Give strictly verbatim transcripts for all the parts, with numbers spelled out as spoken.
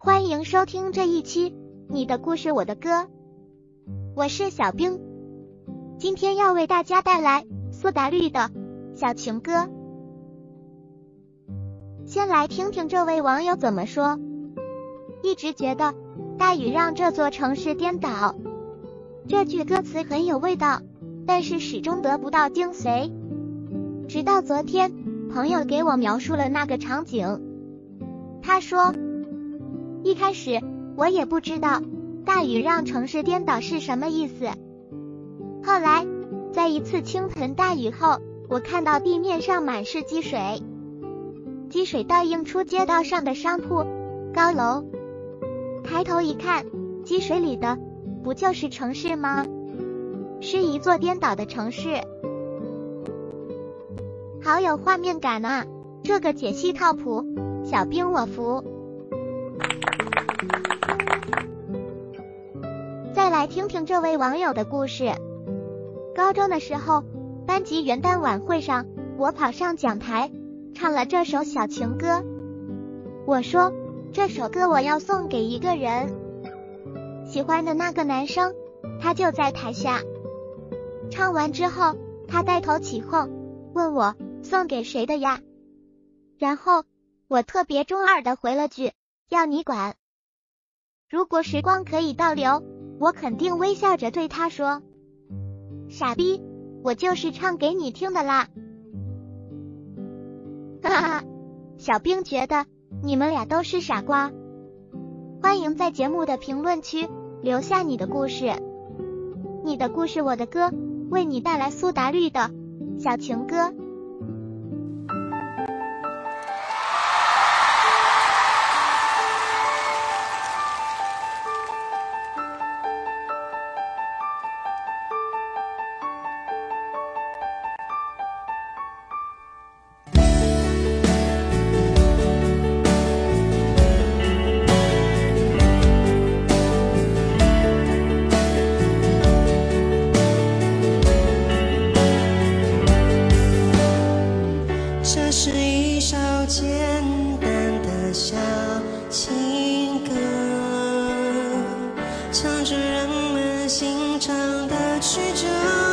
欢迎收听这一期你的故事我的歌，我是小冰，今天要为大家带来苏打绿的小情歌。先来听听这位网友怎么说。一直觉得大雨让这座城市颠倒，这句歌词很有味道，但是始终得不到精髓。直到昨天，朋友给我描述了那个场景。他说，一开始我也不知道大雨让城市颠倒是什么意思。后来，在一次倾盆大雨后，我看到地面上满是积水，积水倒映出街道上的商铺、高楼。抬头一看，积水里的不就是城市吗？是一座颠倒的城市。好有画面感啊，这个解析靠谱，小冰我服。再来听听这位网友的故事。高中的时候，班级元旦晚会上，我跑上讲台，唱了这首小情歌。我说，这首歌我要送给一个人，喜欢的那个男生，他就在台下。唱完之后，他带头起哄，问我送给谁的呀？然后我特别中二的回了句，要你管。如果时光可以倒流，我肯定微笑着对他说，傻逼，我就是唱给你听的啦。哈哈，小冰觉得你们俩都是傻瓜。欢迎在节目的评论区留下你的故事，你的故事我的歌，为你带来苏打绿的小情歌。 简单的小情歌，唱着人们心肠的曲折。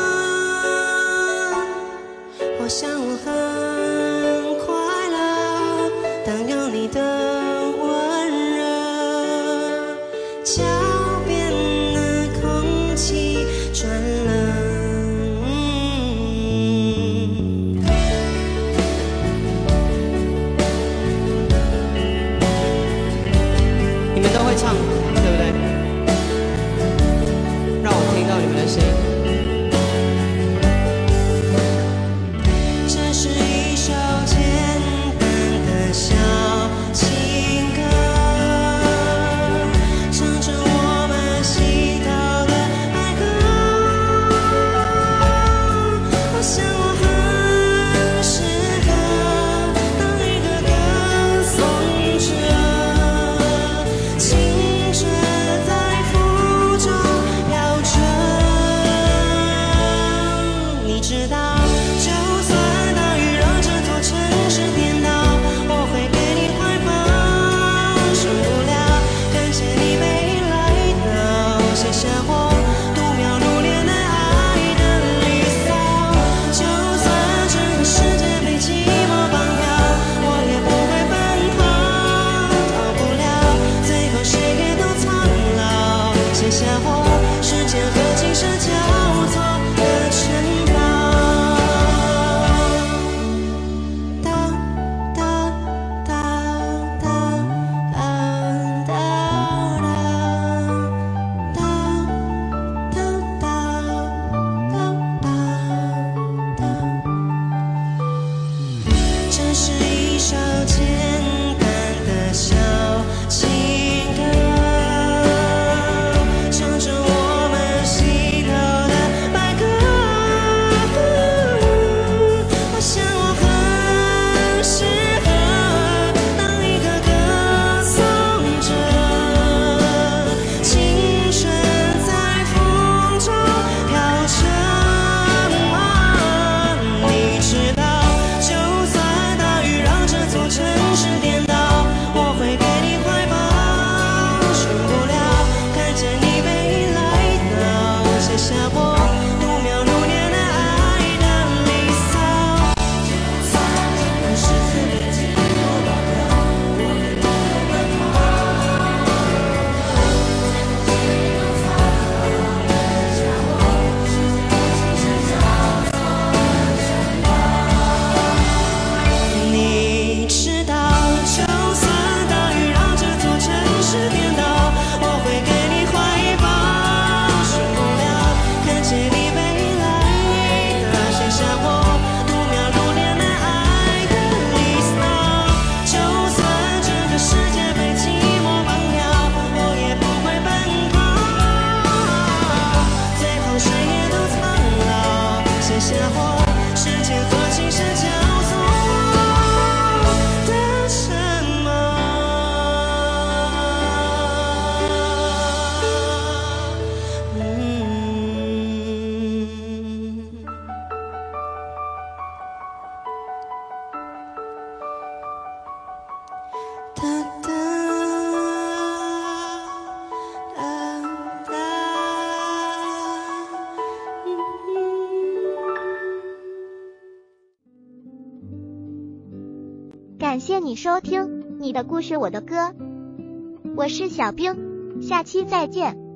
我想我很快乐，当有你的温热，脚边的空气转了。 你们都会唱，对不对？让我听到你们的声音。 这是一首简单的小情歌，唱着我们祈祷的爱歌。我想我很适合当一个歌颂者。青春感谢你收听你的故事我的歌，我是小冰，下期再见。